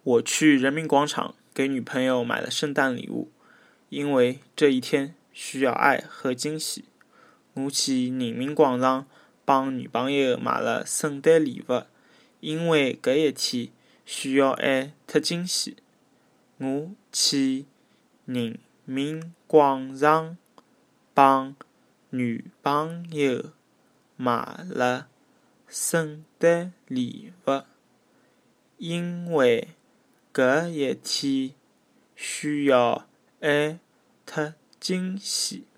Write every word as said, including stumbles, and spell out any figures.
我去人民广场给女朋友买了圣诞礼物，因为这一天需要爱和惊喜。我去人民广场帮女朋友买了圣诞礼物，因为搿一天需要爱和惊喜。我去人民广场帮女朋友买了圣诞礼物，因为搿一天需要爱和惊喜。